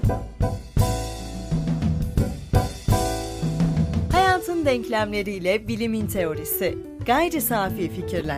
Hayatın denklemleriyle bilimin teorisi. Gayri safi fikirler.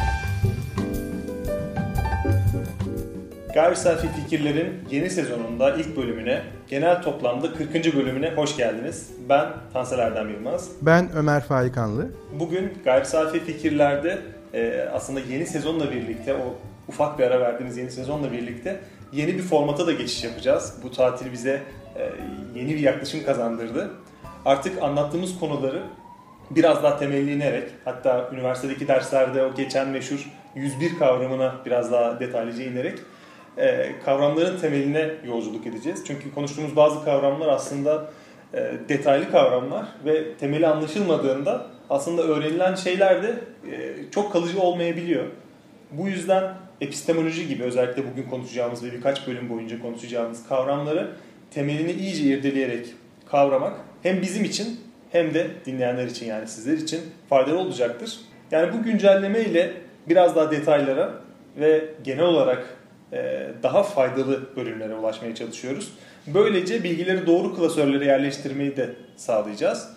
Gayri safi fikirlerin yeni sezonunda ilk bölümüne, genel toplamda 40. bölümüne hoş geldiniz. Ben Tansel Erdem Yılmaz. Ben Ömer Faikanlı. Bugün gayri safi fikirlerde aslında yeni sezonla birlikte, o ufak bir ara verdiğimiz yeni sezonla birlikte yeni bir formata da geçiş yapacağız. Bu tatil bize yeni bir yaklaşım kazandırdı. Artık anlattığımız konuları biraz daha temeline inerek, hatta üniversitedeki derslerde o geçen meşhur 101 kavramına biraz daha detaylıca inerek kavramların temeline yolculuk edeceğiz. Çünkü konuştuğumuz bazı kavramlar aslında detaylı kavramlar ve temeli anlaşılmadığında aslında öğrenilen şeyler de çok kalıcı olmayabiliyor. Bu yüzden epistemoloji gibi, özellikle bugün konuşacağımız ve birkaç bölüm boyunca konuşacağımız kavramları temelini iyice irdeleyerek kavramak hem bizim için hem de dinleyenler için, yani sizler için faydalı olacaktır. Yani bu güncelleme ile biraz daha detaylara ve genel olarak daha faydalı bölümlere ulaşmaya çalışıyoruz. Böylece bilgileri doğru klasörlere yerleştirmeyi de sağlayacağız.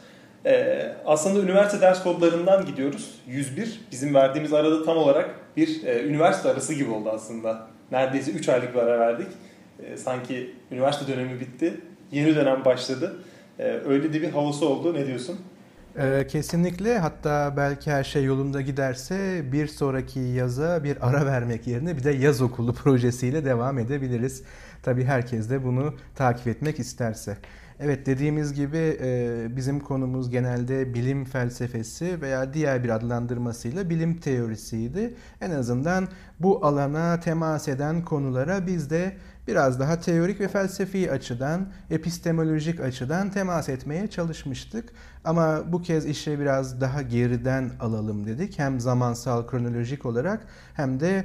Aslında üniversite ders kodlarından gidiyoruz. 101 bizim verdiğimiz arada tam olarak bir üniversite arası gibi oldu aslında. Neredeyse 3 aylık bir ara verdik. Sanki üniversite dönemi bitti, yeni dönem başladı. Öyle de bir havası oldu. Ne diyorsun? Kesinlikle, hatta belki her şey yolunda giderse bir sonraki yaza bir ara vermek yerine bir de yaz okulu projesiyle devam edebiliriz. Tabii herkes de bunu takip etmek isterse. Evet, dediğimiz gibi bizim konumuz genelde bilim felsefesi veya diğer bir adlandırmasıyla bilim teorisiydi. En azından bu alana temas eden konulara biz de biraz daha teorik ve felsefi açıdan, epistemolojik açıdan temas etmeye çalışmıştık. Ama bu kez işi biraz daha geriden alalım dedik. Hem zamansal, kronolojik olarak hem de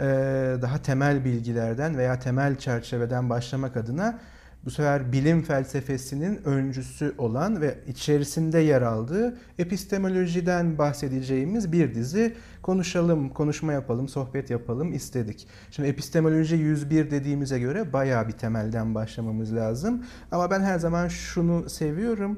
daha temel bilgilerden veya temel çerçeveden başlamak adına bu sefer bilim felsefesinin öncüsü olan ve içerisinde yer aldığı epistemolojiden bahsedeceğimiz bir dizi konuşma yapalım, sohbet yapalım istedik. Şimdi epistemoloji 101 dediğimize göre bayağı bir temelden başlamamız lazım. Ama ben her zaman şunu seviyorum.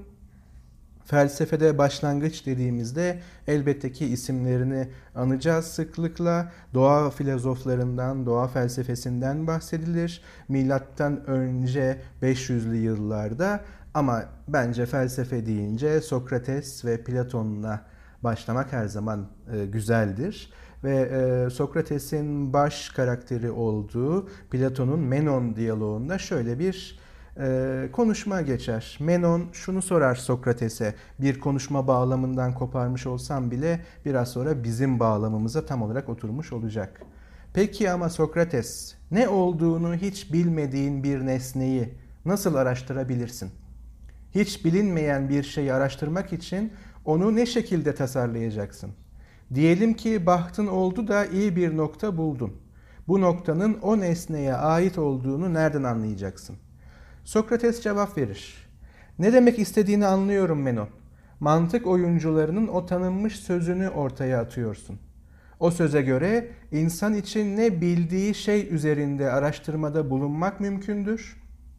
Felsefede başlangıç dediğimizde elbette ki isimlerini anacağız sıklıkla. Doğa filozoflarından, doğa felsefesinden bahsedilir. Milattan önce 500'lü yıllarda, ama bence felsefe deyince Sokrates ve Platon'la başlamak her zaman güzeldir. Ve Sokrates'in baş karakteri olduğu Platon'un Menon diyaloğunda şöyle bir konuşma geçer. Menon şunu sorar Sokrates'e, bir konuşma bağlamından koparmış olsam bile biraz sonra bizim bağlamımıza tam olarak oturmuş olacak. Peki ama Sokrates, ne olduğunu hiç bilmediğin bir nesneyi nasıl araştırabilirsin? Hiç bilinmeyen bir şeyi araştırmak için onu ne şekilde tasarlayacaksın? Diyelim ki bahtın oldu da iyi bir nokta buldun. Bu noktanın o nesneye ait olduğunu nereden anlayacaksın? Sokrates cevap verir. Ne demek istediğini anlıyorum Menon. Mantık oyuncularının o tanınmış sözünü ortaya atıyorsun. O söze göre insan için ne bildiği şey üzerinde araştırmada bulunmak mümkündür,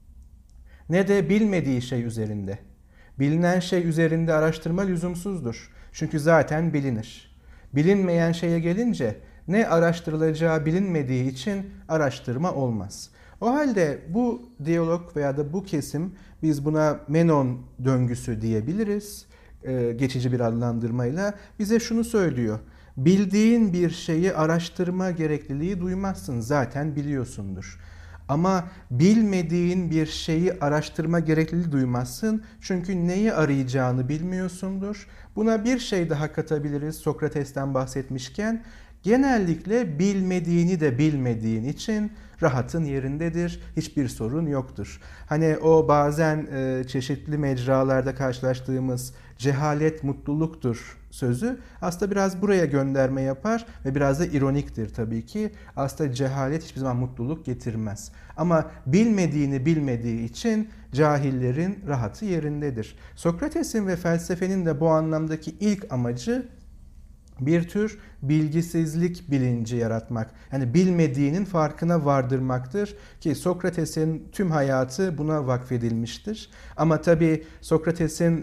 ne de bilmediği şey üzerinde. Bilinen şey üzerinde araştırma lüzumsuzdur. Çünkü zaten bilinir. Bilinmeyen şeye gelince ne araştırılacağı bilinmediği için araştırma olmaz. O halde bu diyalog veya da bu kesim, biz buna Menon döngüsü diyebiliriz, geçici bir adlandırmayla bize şunu söylüyor. Bildiğin bir şeyi araştırma gerekliliği duymazsın, zaten biliyorsundur. Ama bilmediğin bir şeyi araştırma gerekliliği duymazsın, çünkü neyi arayacağını bilmiyorsundur. Buna bir şey daha katabiliriz Sokrates'ten bahsetmişken. Genellikle bilmediğini de bilmediğin için rahatın yerindedir, hiçbir sorun yoktur. Hani o bazen çeşitli mecralarda karşılaştığımız cehalet mutluluktur sözü aslında biraz buraya gönderme yapar ve biraz da ironiktir tabii ki. Aslında cehalet hiçbir zaman mutluluk getirmez. Ama bilmediğini bilmediği için cahillerin rahatı yerindedir. Sokrates'in ve felsefenin de bu anlamdaki ilk amacı bir tür bilgisizlik bilinci yaratmak. Yani bilmediğinin farkına vardırmaktır ki Sokrates'in tüm hayatı buna vakfedilmiştir. Ama tabii Sokrates'in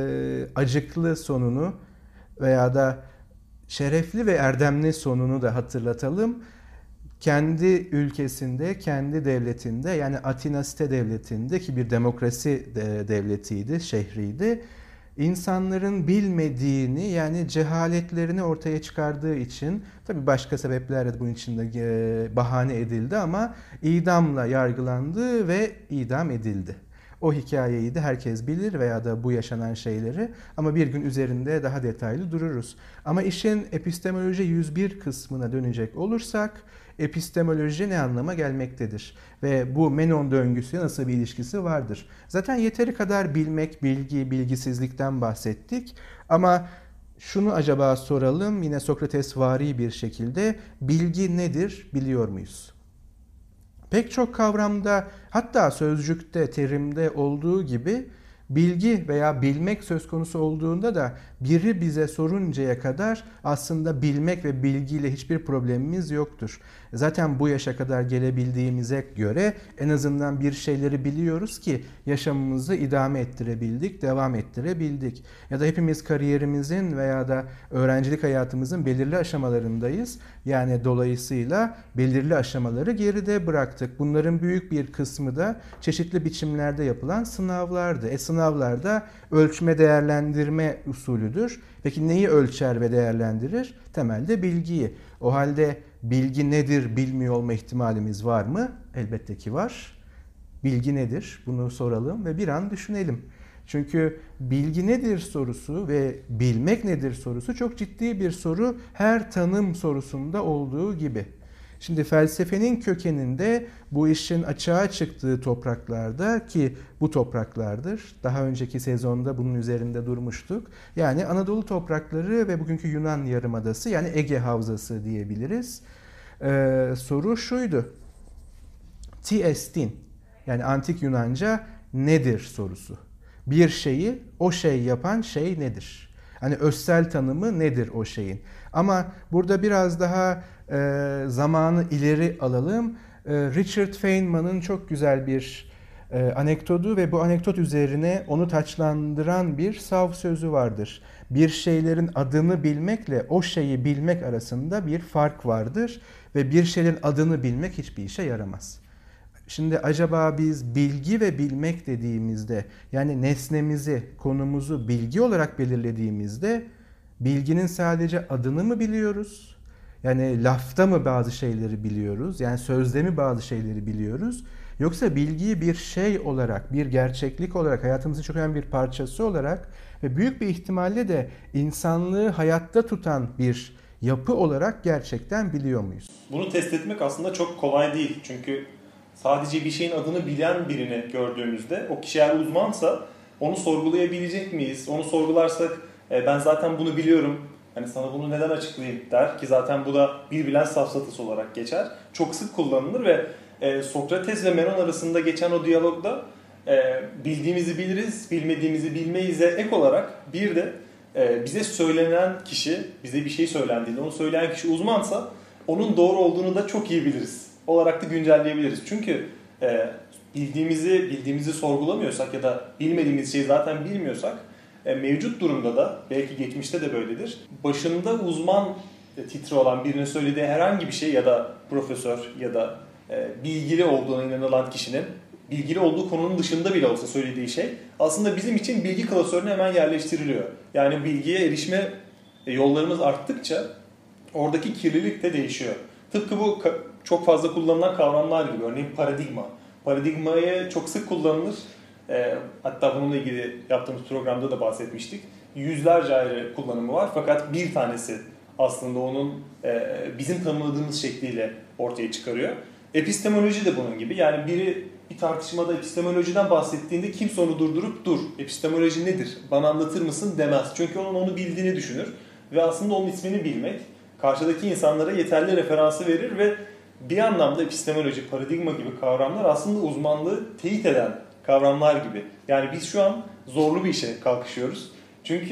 acıklı sonunu veya da şerefli ve erdemli sonunu da hatırlatalım. Kendi ülkesinde, kendi devletinde, yani Atina Site devletinde, ki bir demokrasi devletiydi, şehriydi, İnsanların bilmediğini, yani cehaletlerini ortaya çıkardığı için, tabii başka sebeplerle bunun içinde bahane edildi ama idamla yargılandı ve idam edildi. O hikayeyi de herkes bilir veya da bu yaşanan şeyleri, ama bir gün üzerinde daha detaylı dururuz. Ama işin epistemoloji 101 kısmına dönecek olursak, epistemoloji ne anlama gelmektedir? Ve bu Menon döngüsüyle nasıl bir ilişkisi vardır? Zaten yeteri kadar bilmek, bilgi, bilgisizlikten bahsettik. Ama şunu acaba soralım, yine Sokratesvari bir şekilde: bilgi nedir, biliyor muyuz? Pek çok kavramda, hatta sözcükte, terimde olduğu gibi, bilgi veya bilmek söz konusu olduğunda da biri bize soruncaya kadar aslında bilmek ve bilgiyle hiçbir problemimiz yoktur. Zaten bu yaşa kadar gelebildiğimize göre en azından bir şeyleri biliyoruz ki yaşamımızı idame ettirebildik, devam ettirebildik. Ya da hepimiz kariyerimizin veya da öğrencilik hayatımızın belirli aşamalarındayız. Yani dolayısıyla belirli aşamaları geride bıraktık. Bunların büyük bir kısmı da çeşitli biçimlerde yapılan sınavlardı. Sınavlarda ölçme değerlendirme usulüdür. Peki neyi ölçer ve değerlendirir? Temelde bilgiyi. O halde bilgi nedir bilmiyor olma ihtimalimiz var mı? Elbette ki var. Bilgi nedir? Bunu soralım ve bir an düşünelim. Çünkü bilgi nedir sorusu ve bilmek nedir sorusu çok ciddi bir soru, her tanım sorusunda olduğu gibi. Şimdi felsefenin kökeninde bu işin açığa çıktığı topraklarda, ki bu topraklardır, daha önceki sezonda bunun üzerinde durmuştuk. Yani Anadolu toprakları ve bugünkü Yunan Yarımadası, yani Ege Havzası diyebiliriz. Soru şuydu: ti estin, yani antik Yunanca nedir sorusu. Bir şeyi o şey yapan şey nedir? Hani özsel tanımı nedir o şeyin? Ama burada biraz daha zamanı ileri alalım. Richard Feynman'ın çok güzel bir anekdotu ve bu anekdot üzerine onu taçlandıran bir sav sözü vardır. Bir şeylerin adını bilmekle o şeyi bilmek arasında bir fark vardır ve bir şeylerin adını bilmek hiçbir işe yaramaz. Şimdi acaba biz bilgi ve bilmek dediğimizde, yani nesnemizi, konumuzu bilgi olarak belirlediğimizde, bilginin sadece adını mı biliyoruz? Yani lafta mı bazı şeyleri biliyoruz? Yani sözde mi bazı şeyleri biliyoruz? Yoksa bilgiyi bir şey olarak, bir gerçeklik olarak, hayatımızın çok önemli bir parçası olarak ve büyük bir ihtimalle de insanlığı hayatta tutan bir yapı olarak gerçekten biliyor muyuz? Bunu test etmek aslında çok kolay değil. Çünkü sadece bir şeyin adını bilen birini gördüğümüzde, o kişi eğer uzmansa onu sorgulayabilecek miyiz? Onu sorgularsak ben zaten bunu biliyorum, hani sana bunu neden açıklayayım der ki zaten bu da bir bilen safsatası olarak geçer. Çok sık kullanılır ve Sokrates ve Menon arasında geçen o diyalogda bildiğimizi biliriz, bilmediğimizi bilmeyize ek olarak bir de bize söylenen kişi, bize bir şey söylendiğinde onu söyleyen kişi uzmansa onun doğru olduğunu da çok iyi biliriz olarak da güncelleyebiliriz. Çünkü bildiğimizi sorgulamıyorsak ya da bilmediğimiz şeyi zaten bilmiyorsak, mevcut durumda da, belki geçmişte de böyledir, başında uzman titri olan birinin söylediği herhangi bir şey ya da profesör ya da bilgili olduğuna inanılan kişinin bilgili olduğu konunun dışında bile olsa söylediği şey aslında bizim için bilgi klasörüne hemen yerleştiriliyor. Yani bilgiye erişme yollarımız arttıkça oradaki kirlilik de değişiyor. Tıpkı bu çok fazla kullanılan kavramlar gibi. Örneğin paradigma. Paradigmayı çok sık kullanılır. Hatta bununla ilgili yaptığımız programda da bahsetmiştik. Yüzlerce ayrı kullanımı var. Fakat bir tanesi aslında onun bizim tanımladığımız şekliyle ortaya çıkarıyor. Epistemoloji de bunun gibi. Yani biri bir tartışmada epistemolojiden bahsettiğinde kimse onu durdurup dur, epistemoloji nedir, bana anlatır mısın demez. Çünkü onun onu bildiğini düşünür. Ve aslında onun ismini bilmek karşıdaki insanlara yeterli referansı verir ve bir anlamda epistemoloji, paradigma gibi kavramlar aslında uzmanlığı teyit eden kavramlar gibi. Yani biz şu an zorlu bir işe kalkışıyoruz. Çünkü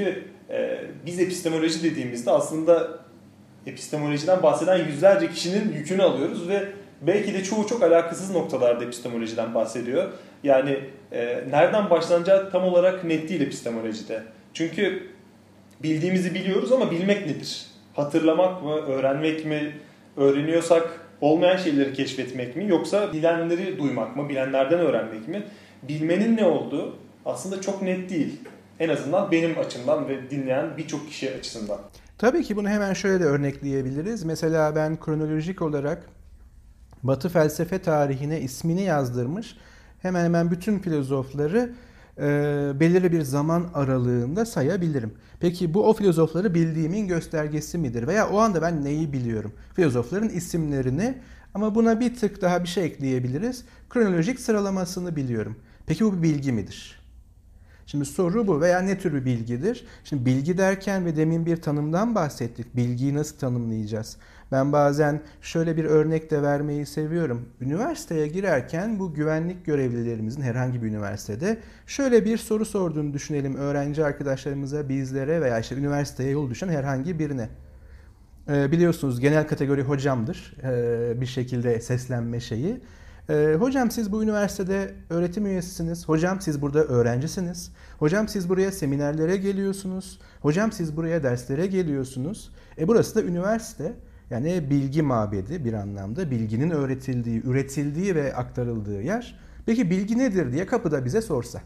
Biz epistemoloji dediğimizde aslında epistemolojiden bahseden yüzlerce kişinin yükünü alıyoruz ve belki de çoğu çok alakasız noktalarda epistemolojiden bahsediyor. Yani nereden başlanacağı tam olarak net değil epistemolojide. Çünkü bildiğimizi biliyoruz ama bilmek nedir? Hatırlamak mı, öğrenmek mi, öğreniyorsak olmayan şeyleri keşfetmek mi, yoksa bilenleri duymak mı, bilenlerden öğrenmek mi? Bilmenin ne olduğu aslında çok net değil. En azından benim açımdan ve dinleyen birçok kişi açısından. Tabii ki bunu hemen şöyle de örnekleyebiliriz. Mesela ben kronolojik olarak Batı felsefe tarihine ismini yazdırmış hemen hemen bütün filozofları belirli bir zaman aralığında sayabilirim. Peki bu o filozofları bildiğimin göstergesi midir? Veya o anda ben neyi biliyorum? Filozofların isimlerini, ama buna bir tık daha bir şey ekleyebiliriz. Kronolojik sıralamasını biliyorum. Peki bu bir bilgi midir? Şimdi soru bu, veya ne tür bir bilgidir? Şimdi bilgi derken ve demin bir tanımdan bahsettik. Bilgiyi nasıl tanımlayacağız? Ben bazen şöyle bir örnek de vermeyi seviyorum. Üniversiteye girerken bu güvenlik görevlilerimizin herhangi bir üniversitede şöyle bir soru sorduğunu düşünelim öğrenci arkadaşlarımıza, bizlere veya işte üniversiteye yol düşen herhangi birine. Biliyorsunuz genel kategori hocamdır bir şekilde seslenme şeyi. Hocam siz bu üniversitede öğretim üyesisiniz. Hocam siz burada öğrencisiniz. Hocam siz buraya seminerlere geliyorsunuz. Hocam siz buraya derslere geliyorsunuz. Burası da üniversite. Yani bilgi mabedi bir anlamda. Bilginin öğretildiği, üretildiği ve aktarıldığı yer. Peki bilgi nedir diye kapıda bize sorsa.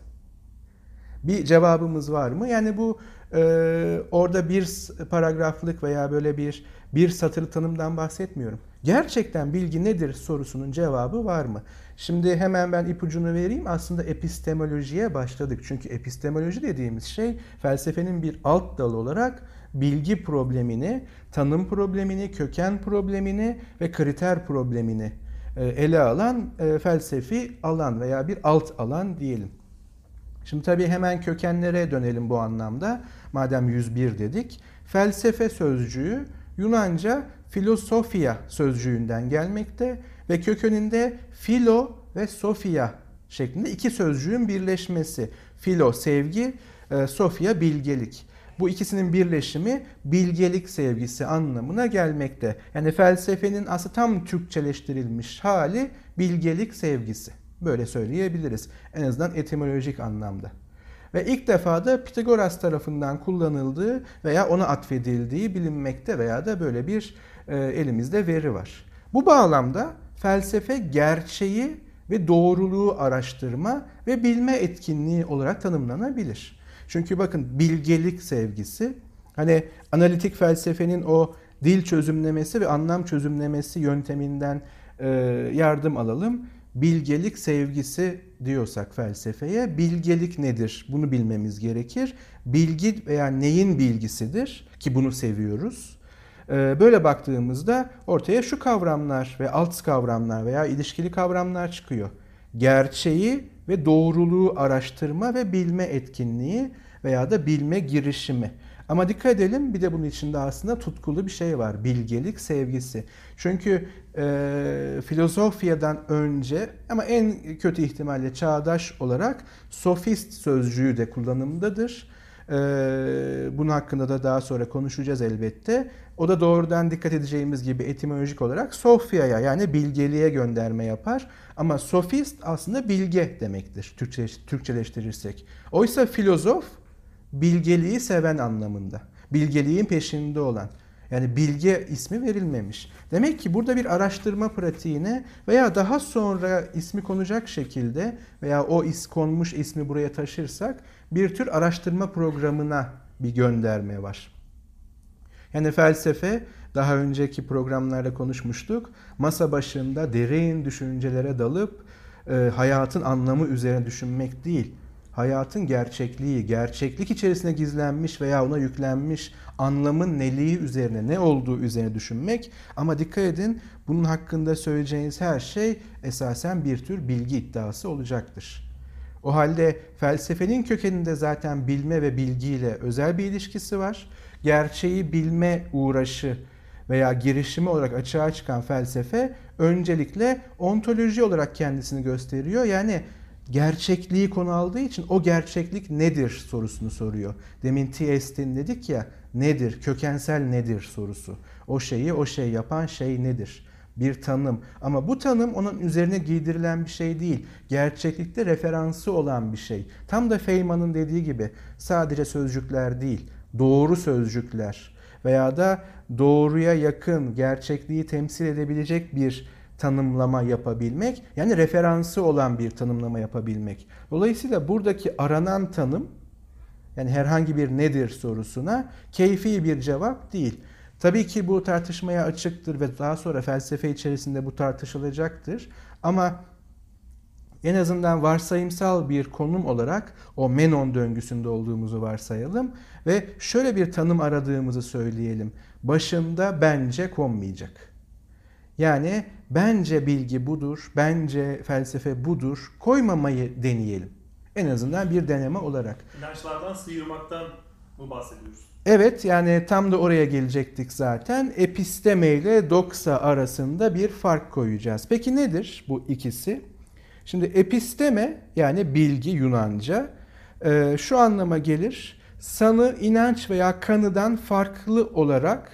Bir cevabımız var mı? Yani bu orada bir paragraflık veya böyle bir satır tanımdan bahsetmiyorum. Gerçekten bilgi nedir sorusunun cevabı var mı? Şimdi hemen ben ipucunu vereyim. Aslında epistemolojiye başladık. Çünkü epistemoloji dediğimiz şey felsefenin bir alt dalı olarak bilgi problemini, tanım problemini, köken problemini ve kriter problemini ele alan felsefi alan veya bir alt alan diyelim. Şimdi tabii hemen kökenlere dönelim bu anlamda. Madem 101 dedik. Felsefe sözcüğü Yunanca filosofia sözcüğünden gelmekte ve kökeninde philo ve sophia şeklinde iki sözcüğün birleşmesi. Philo sevgi, sophia bilgelik. Bu ikisinin birleşimi bilgelik sevgisi anlamına gelmekte. Yani felsefenin aslında tam Türkçeleştirilmiş hali bilgelik sevgisi. Böyle söyleyebiliriz. En azından etimolojik anlamda. Ve ilk defa da Pitagoras tarafından kullanıldığı veya ona atfedildiği bilinmekte veya da böyle bir elimizde veri var. Bu bağlamda felsefe gerçeği ve doğruluğu araştırma ve bilme etkinliği olarak tanımlanabilir. Çünkü bakın bilgelik sevgisi, hani analitik felsefenin o dil çözümlemesi ve anlam çözümlemesi yönteminden yardım alalım. Bilgelik sevgisi diyorsak felsefeye, bilgelik nedir? Bunu bilmemiz gerekir. Bilgi veya neyin bilgisidir ki bunu seviyoruz? Böyle baktığımızda ortaya şu kavramlar ve alt kavramlar veya ilişkili kavramlar çıkıyor. Gerçeği ve doğruluğu araştırma ve bilme etkinliği veya da bilme girişimi. Ama dikkat edelim, bir de bunun içinde aslında tutkulu bir şey var. Bilgelik sevgisi. Çünkü filozofyadan önce ama en kötü ihtimalle çağdaş olarak sofist sözcüğü de kullanımdadır. Bunun hakkında da daha sonra konuşacağız elbette. O da doğrudan dikkat edeceğimiz gibi etimolojik olarak Sofya'ya yani bilgeliğe gönderme yapar. Ama sofist aslında bilge demektir Türkçeleştirirsek. Oysa filozof bilgeliği seven anlamında. Bilgeliğin peşinde olan. Yani bilge ismi verilmemiş. Demek ki burada bir araştırma pratiğine veya daha sonra ismi konacak şekilde veya o konmuş ismi buraya taşırsak bir tür araştırma programına bir gönderme var. Yani felsefe, daha önceki programlarda konuşmuştuk, masa başında derin düşüncelere dalıp hayatın anlamı üzerine düşünmek değil, hayatın gerçekliği, gerçeklik içerisinde gizlenmiş veya ona yüklenmiş anlamın neliği üzerine, ne olduğu üzerine düşünmek. Ama dikkat edin, bunun hakkında söyleyeceğiniz her şey esasen bir tür bilgi iddiası olacaktır. O halde felsefenin kökeninde zaten bilme ve bilgiyle özel bir ilişkisi var. Gerçeği bilme uğraşı veya girişimi olarak açığa çıkan felsefe öncelikle ontoloji olarak kendisini gösteriyor. Yani gerçekliği konu aldığı için o gerçeklik nedir sorusunu soruyor. Demin T.S.'in dedik ya, nedir, kökensel nedir sorusu. O şeyi o şey yapan şey nedir? Bir tanım. Ama bu tanım onun üzerine giydirilen bir şey değil. Gerçeklikte referansı olan bir şey. Tam da Feynman'ın dediği gibi sadece sözcükler değil, doğru sözcükler veya da doğruya yakın, gerçekliği temsil edebilecek bir tanımlama yapabilmek, yani referansı olan bir tanımlama yapabilmek. Dolayısıyla buradaki aranan tanım, yani herhangi bir nedir sorusuna keyfi bir cevap değil. Tabii ki bu tartışmaya açıktır ve daha sonra felsefe içerisinde bu tartışılacaktır. Ama en azından varsayımsal bir konum olarak o Menon döngüsünde olduğumuzu varsayalım ve şöyle bir tanım aradığımızı söyleyelim. Başında bence konmayacak. Yani bence bilgi budur, bence felsefe budur koymamayı deneyelim. En azından bir deneme olarak. İnançlardan sıyırmaktan mı bahsediyoruz? Evet, yani tam da oraya gelecektik zaten. Episteme ile doksa arasında bir fark koyacağız. Peki nedir bu ikisi? Şimdi episteme, yani bilgi Yunanca, şu anlama gelir. Sanı, inanç veya kanıdan farklı olarak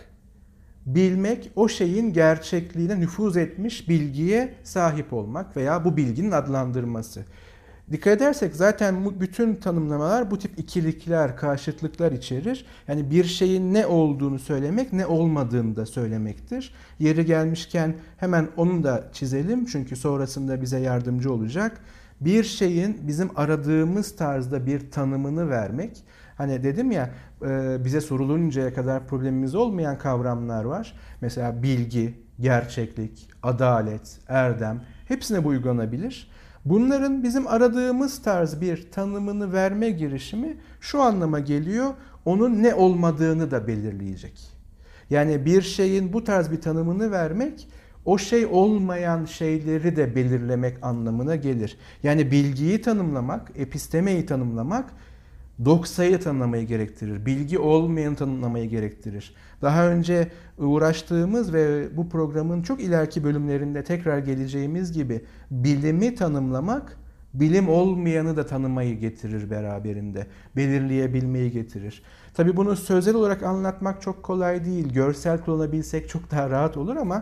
bilmek, o şeyin gerçekliğine nüfuz etmiş bilgiye sahip olmak veya bu bilginin adlandırması. Dikkat edersek zaten bütün tanımlamalar bu tip ikilikler, karşıtlıklar içerir. Yani bir şeyin ne olduğunu söylemek, ne olmadığını da söylemektir. Yeri gelmişken hemen onu da çizelim çünkü sonrasında bize yardımcı olacak. Bir şeyin bizim aradığımız tarzda bir tanımını vermek. Hani dedim ya, bize soruluncaya kadar problemimiz olmayan kavramlar var. Mesela bilgi, gerçeklik, adalet, erdem, hepsine bu uygulanabilir. Bunların bizim aradığımız tarz bir tanımını verme girişimi şu anlama geliyor, onun ne olmadığını da belirleyecek. Yani bir şeyin bu tarz bir tanımını vermek, o şey olmayan şeyleri de belirlemek anlamına gelir. Yani bilgiyi tanımlamak, epistemeyi tanımlamak, doksayı tanımlamayı gerektirir. Bilgi olmayanı tanımlamayı gerektirir. Daha önce uğraştığımız ve bu programın çok ileriki bölümlerinde tekrar geleceğimiz gibi bilimi tanımlamak, bilim olmayanı da tanımayı getirir beraberinde. Belirleyebilmeyi getirir. Tabii bunu sözel olarak anlatmak çok kolay değil. Görsel kullanabilsek çok daha rahat olur ama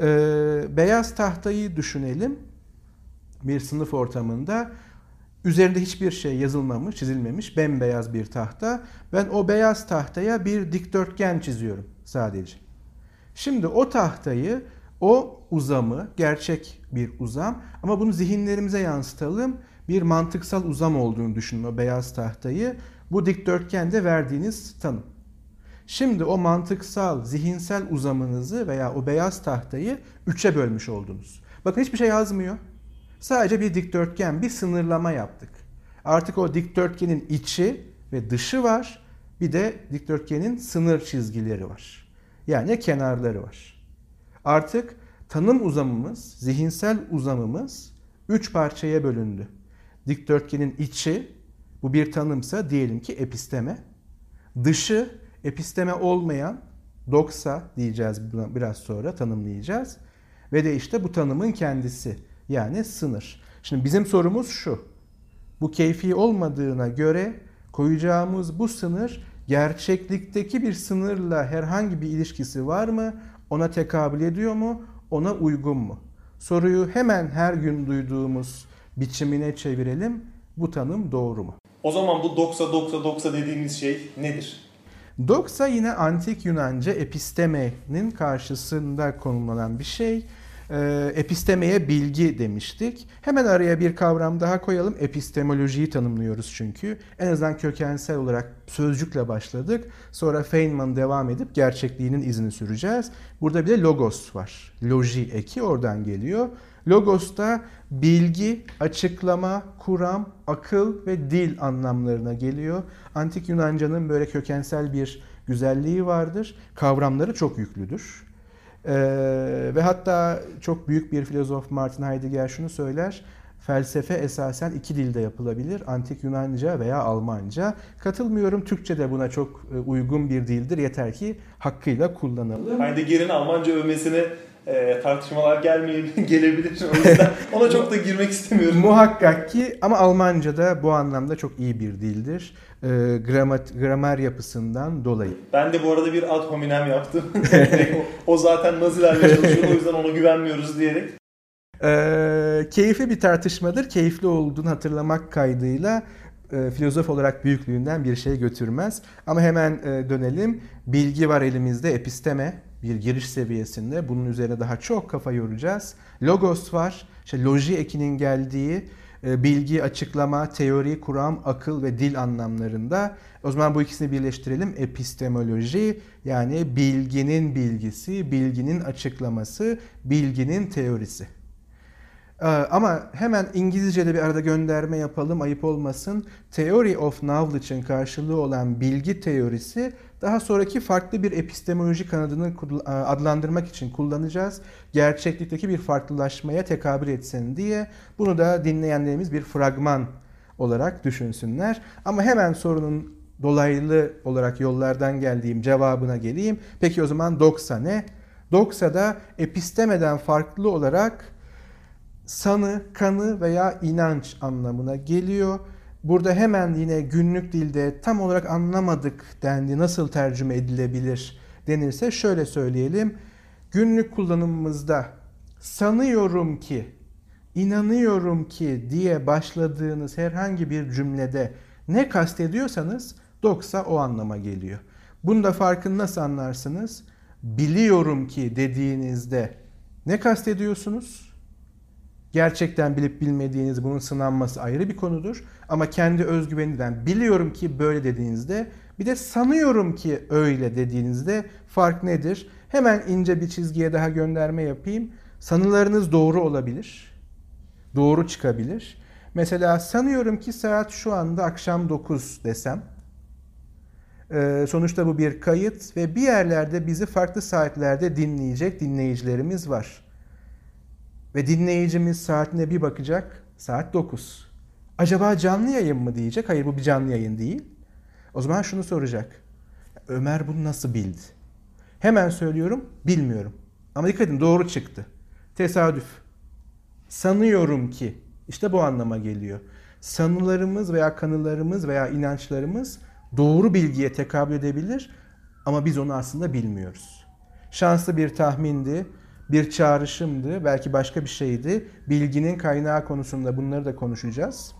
beyaz tahtayı düşünelim. Bir sınıf ortamında üzerinde hiçbir şey yazılmamış, çizilmemiş, bembeyaz bir tahta. Ben o beyaz tahtaya bir dikdörtgen çiziyorum sadece. Şimdi o tahtayı, o uzamı, gerçek bir uzam ama bunu zihinlerimize yansıtalım. Bir mantıksal uzam olduğunu düşünün o beyaz tahtayı. Bu dikdörtgende verdiğiniz tanım. Şimdi o mantıksal, zihinsel uzamınızı veya o beyaz tahtayı 3'e bölmüş oldunuz. Bakın hiçbir şey yazmıyor. Sadece bir dikdörtgen, bir sınırlama yaptık. Artık o dikdörtgenin içi ve dışı var. Bir de dikdörtgenin sınır çizgileri var. Yani kenarları var. Artık tanım uzamımız, zihinsel uzamımız 3 parçaya bölündü. Dikdörtgenin içi, bu bir tanımsa diyelim ki episteme. Dışı, episteme olmayan doksa diyeceğiz, buna biraz sonra tanımlayacağız. Ve de işte bu tanımın kendisi. Yani sınır. Şimdi bizim sorumuz şu. Bu keyfi olmadığına göre koyacağımız bu sınır gerçeklikteki bir sınırla herhangi bir ilişkisi var mı? Ona tekabül ediyor mu? Ona uygun mu? Soruyu hemen her gün duyduğumuz biçimine çevirelim. Bu tanım doğru mu? O zaman bu doksa dediğimiz şey nedir? Doksa yine antik Yunanca epistemenin karşısında konumlanan bir şey. Epistemeye bilgi demiştik. Hemen araya bir kavram daha koyalım. Epistemolojiyi tanımlıyoruz çünkü. En azından kökensel olarak sözcükle başladık. Sonra Feynman devam edip gerçekliğinin izini süreceğiz. Burada bir de logos var. Loji eki oradan geliyor. Logos da bilgi, açıklama, kuram, akıl ve dil anlamlarına geliyor. Antik Yunanca'nın böyle kökensel bir güzelliği vardır. Kavramları çok yüklüdür. Ve hatta çok büyük bir filozof Martin Heidegger şunu söyler. Felsefe esasen 2 dilde yapılabilir. Antik Yunanca veya Almanca. Katılmıyorum. Türkçe de buna çok uygun bir dildir. Yeter ki hakkıyla kullanalım. Heidegger'in Almanca övmesini tartışmalar gelebilir. O yüzden ona çok da girmek istemiyorum. Muhakkak ki, ama Almanca da bu anlamda çok iyi bir dildir. Gramer yapısından dolayı. Ben de bu arada bir ad hominem yaptım. O zaten Nazilerle çalışıyordu, o yüzden ona güvenmiyoruz diyerek. Keyifli bir tartışmadır. Keyifli olduğunu hatırlamak kaydıyla filozof olarak büyüklüğünden bir şey götürmez. Ama hemen dönelim. Bilgi var elimizde, episteme bir giriş seviyesinde. Bunun üzerine daha çok kafa yoracağız. Logos var, işte loji ekinin geldiği bilgi, açıklama, teori, kuram, akıl ve dil anlamlarında. O zaman bu ikisini birleştirelim. Epistemoloji, yani bilginin bilgisi, bilginin açıklaması, bilginin teorisi. Ama hemen İngilizce'de bir arada gönderme yapalım, ayıp olmasın. Theory of Knowledge'ın karşılığı olan bilgi teorisi daha sonraki farklı bir epistemoloji kanadını adlandırmak için kullanacağız. Gerçeklikteki bir farklılaşmaya tekabül etsin diye. Bunu da dinleyenlerimiz bir fragman olarak düşünsünler. Ama hemen sorunun dolaylı olarak yollardan geldiğim cevabına geleyim. Peki o zaman doksa ne? Doksa da epistemeden farklı olarak sanı, kanı veya inanç anlamına geliyor. Burada hemen yine günlük dilde tam olarak anlamadık dendi, nasıl tercüme edilebilir denirse şöyle söyleyelim. Günlük kullanımımızda sanıyorum ki, inanıyorum ki diye başladığınız herhangi bir cümlede ne kastediyorsanız doksa o anlama geliyor. Bunun da farkını nasıl anlarsınız? Biliyorum ki dediğinizde ne kastediyorsunuz? Gerçekten bilip bilmediğiniz, bunun sınanması ayrı bir konudur. Ama kendi özgüveninden biliyorum ki böyle dediğinizde, bir de sanıyorum ki öyle dediğinizde fark nedir? Hemen ince bir çizgiye daha gönderme yapayım. Sanılarınız doğru olabilir. Doğru çıkabilir. Mesela sanıyorum ki saat şu anda akşam 9 desem. Sonuçta bu bir kayıt ve bir yerlerde bizi farklı saatlerde dinleyecek dinleyicilerimiz var. Ve dinleyicimiz saatine bir bakacak, saat 9. Acaba canlı yayın mı diyecek? Hayır, bu bir canlı yayın değil. O zaman şunu soracak. Ömer bunu nasıl bildi? Hemen söylüyorum, bilmiyorum. Ama dikkat edin, doğru çıktı. Tesadüf. Sanıyorum ki, işte bu anlama geliyor. Sanılarımız veya kanılarımız veya inançlarımız doğru bilgiye tekabül edebilir ama biz onu aslında bilmiyoruz. Şanslı bir tahmindi, bir çağrışımdı, belki başka bir şeydi. Bilginin kaynağı konusunda bunları da konuşacağız.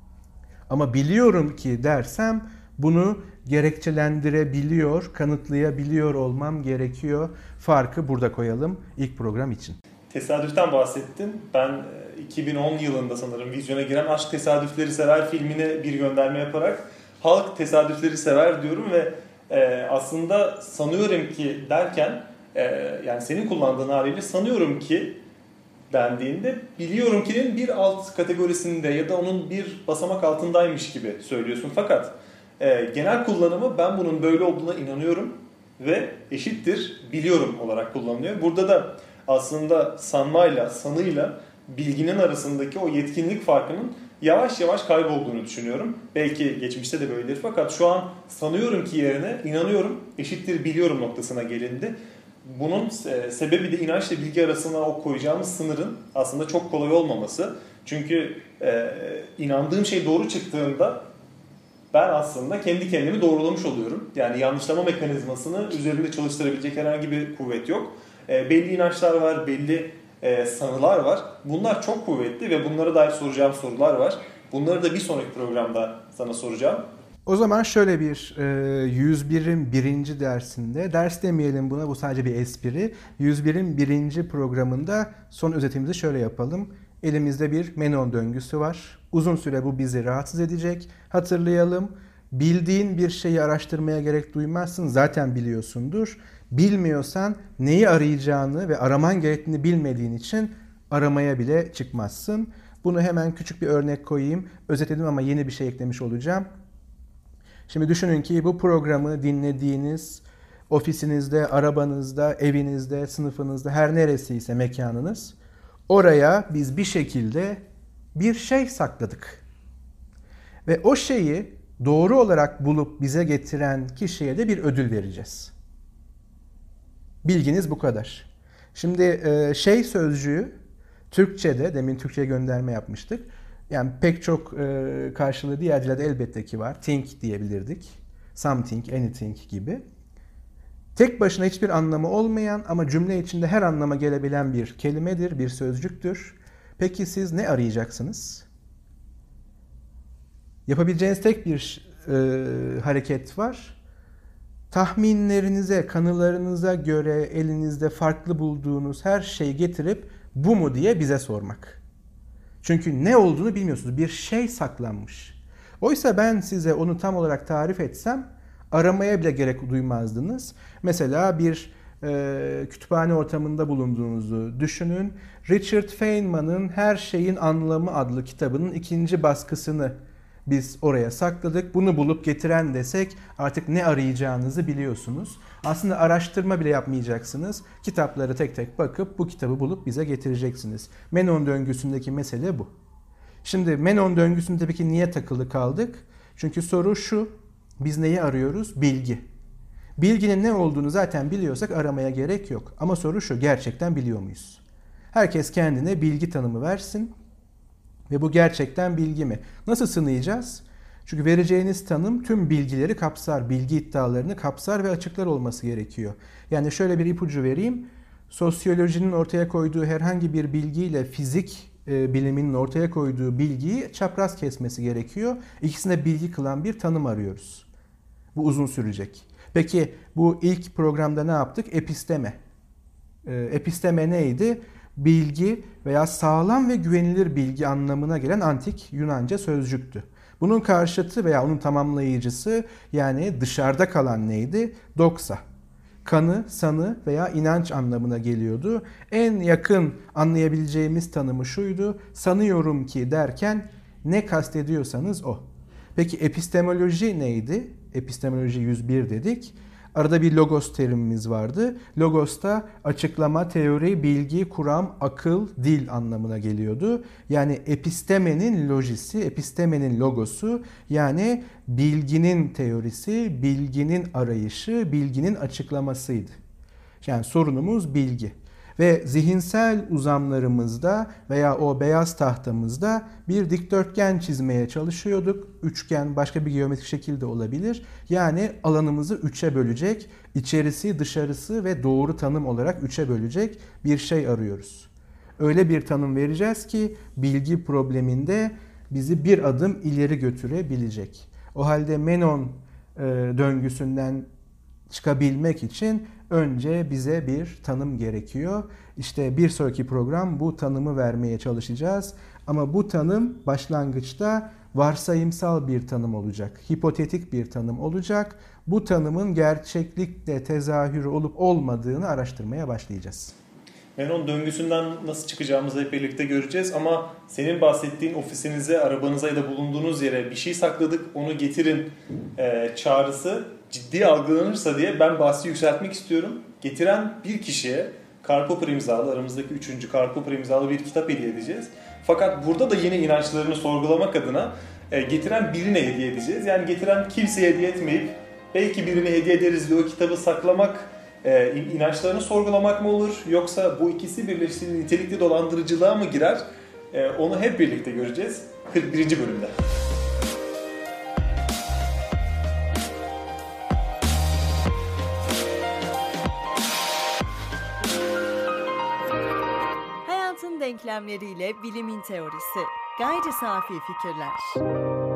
Ama biliyorum ki dersem bunu gerekçelendirebiliyor, kanıtlayabiliyor olmam gerekiyor. Farkı burada koyalım ilk program için. Tesadüften bahsettin. Ben 2010 yılında sanırım vizyona giren Aşk Tesadüfleri Sever filmine bir gönderme yaparak halk tesadüfleri sever diyorum ve aslında sanıyorum ki derken yani senin kullandığın haliyle sanıyorum ki dendiğinde biliyorum ki'nin bir alt kategorisinde ya da onun bir basamak altındaymış gibi söylüyorsun. Fakat genel kullanımı ben bunun böyle olduğuna inanıyorum ve eşittir biliyorum olarak kullanılıyor. Burada da aslında sanmayla, sanıyla bilginin arasındaki o yetkinlik farkının yavaş yavaş kaybolduğunu düşünüyorum. Belki geçmişte de böyledir fakat şu an sanıyorum ki yerine inanıyorum eşittir biliyorum noktasına gelindi. Bunun sebebi de inançla bilgi arasına o koyacağımız sınırın aslında çok kolay olmaması. Çünkü inandığım şey doğru çıktığında ben aslında kendi kendimi doğrulamış oluyorum. Yani yanlışlama mekanizmasını üzerinde çalıştırabilecek herhangi bir kuvvet yok. Belli inançlar var, belli sanılar var. Bunlar çok kuvvetli ve bunlara dair soracağım sorular var. Bunları da bir sonraki programda sana soracağım. O zaman şöyle bir 101'in birinci dersinde, ders demeyelim buna, bu sadece bir espri. 101'in birinci programında son özetimizi şöyle yapalım. Elimizde bir Menon döngüsü var. Uzun süre bu bizi rahatsız edecek. Hatırlayalım, bildiğin bir şeyi araştırmaya gerek duymazsın, zaten biliyorsundur. Bilmiyorsan neyi arayacağını ve araman gerektiğini bilmediğin için aramaya bile çıkmazsın. Bunu hemen küçük bir örnek koyayım. Özetledim ama yeni bir şey eklemiş olacağım. Şimdi düşünün ki bu programı dinlediğiniz ofisinizde, arabanızda, evinizde, sınıfınızda, her neresiyse mekanınız, oraya biz bir şekilde bir şey sakladık. Ve o şeyi doğru olarak bulup bize getiren kişiye de bir ödül vereceğiz. Bilginiz bu kadar. Şimdi şey sözcüğü Türkçe'de, demin Türkçe'ye gönderme yapmıştık. Yani pek çok karşılığı diğer dillerde elbette ki var. Think diyebilirdik. Something, anything gibi. Tek başına hiçbir anlamı olmayan ama cümle içinde her anlama gelebilen bir kelimedir, bir sözcüktür. Peki siz ne arayacaksınız? Yapabileceğiniz tek bir hareket var. Tahminlerinize, kanılarınıza göre elinizde farklı bulduğunuz her şeyi getirip bu mu diye bize sormak. Çünkü ne olduğunu bilmiyorsunuz. Bir şey saklanmış. Oysa ben size onu tam olarak tarif etsem aramaya bile gerek duymazdınız. Mesela bir kütüphane ortamında bulunduğunuzu düşünün. Richard Feynman'ın Her Şeyin Anlamı adlı kitabının 2. baskısını biz oraya sakladık. Bunu bulup getiren desek artık ne arayacağınızı biliyorsunuz. Aslında araştırma bile yapmayacaksınız. Kitapları tek tek bakıp bu kitabı bulup bize getireceksiniz. Menon döngüsündeki mesele bu. Şimdi Menon döngüsünde peki niye takılı kaldık? Çünkü soru şu: biz neyi arıyoruz? Bilgi. Bilginin ne olduğunu zaten biliyorsak aramaya gerek yok. Ama soru şu: gerçekten biliyor muyuz? Herkes kendine bilgi tanımı versin. Ve bu gerçekten bilgi mi? Nasıl sınayacağız? Çünkü vereceğiniz tanım tüm bilgileri kapsar, bilgi iddialarını kapsar ve açıklar olması gerekiyor. Yani şöyle bir ipucu vereyim. Sosyolojinin ortaya koyduğu herhangi bir bilgiyle fizik biliminin ortaya koyduğu bilgiyi çapraz kesmesi gerekiyor. İkisine bilgi kılan bir tanım arıyoruz. Bu uzun sürecek. Peki bu ilk programda ne yaptık? Episteme. Episteme neydi? Bilgi veya sağlam ve güvenilir bilgi anlamına gelen antik Yunanca sözcüktü. Bunun karşıtı veya onun tamamlayıcısı, yani dışarıda kalan neydi? Doxa. Kanı, sanı veya inanç anlamına geliyordu. En yakın anlayabileceğimiz tanımı şuydu: sanıyorum ki derken ne kastediyorsanız o. Peki epistemoloji neydi? Epistemoloji 101 dedik. Arada bir logos terimimiz vardı. Logos da açıklama, teori, bilgi, kuram, akıl, dil anlamına geliyordu. Yani epistemenin lojisi, epistemenin logosu, yani bilginin teorisi, bilginin arayışı, bilginin açıklamasıydı. Yani sorunumuz bilgi. Ve zihinsel uzamlarımızda veya o beyaz tahtamızda bir dikdörtgen çizmeye çalışıyorduk. Üçgen, başka bir geometrik şekilde olabilir. Yani alanımızı 3'e bölecek, içerisi, dışarısı ve doğru tanım olarak 3'e bölecek bir şey arıyoruz. Öyle bir tanım vereceğiz ki bilgi probleminde bizi bir adım ileri götürebilecek. O halde Menon döngüsünden çıkabilmek için önce bize bir tanım gerekiyor. İşte bir sonraki program bu tanımı vermeye çalışacağız. Ama bu tanım başlangıçta varsayımsal bir tanım olacak. Hipotetik bir tanım olacak. Bu tanımın gerçeklikle tezahürü olup olmadığını araştırmaya başlayacağız. Menon döngüsünden nasıl çıkacağımızı hep birlikte göreceğiz ama senin bahsettiğin ofisinize, arabanıza ya da bulunduğunuz yere bir şey sakladık, onu getirin çağrısı ciddi algılanırsa diye ben bahsi yükseltmek istiyorum. Getiren bir kişiye Karl Popper imzalı, aramızdaki 3. Karl Popper imzalı bir kitap hediye edeceğiz. Fakat burada da yine inançlarını sorgulamak adına getiren birine hediye edeceğiz. Yani getiren kimseye hediye etmeyip belki birine hediye ederiz diye o kitabı saklamak, inançlarını sorgulamak mı olur? Yoksa bu ikisi birleştiğinde nitelikli dolandırıcılığa mı girer? Onu hep birlikte göreceğiz 41. bölümde. Hayatın denklemleriyle bilimin teorisi. Gayri safi fikirler.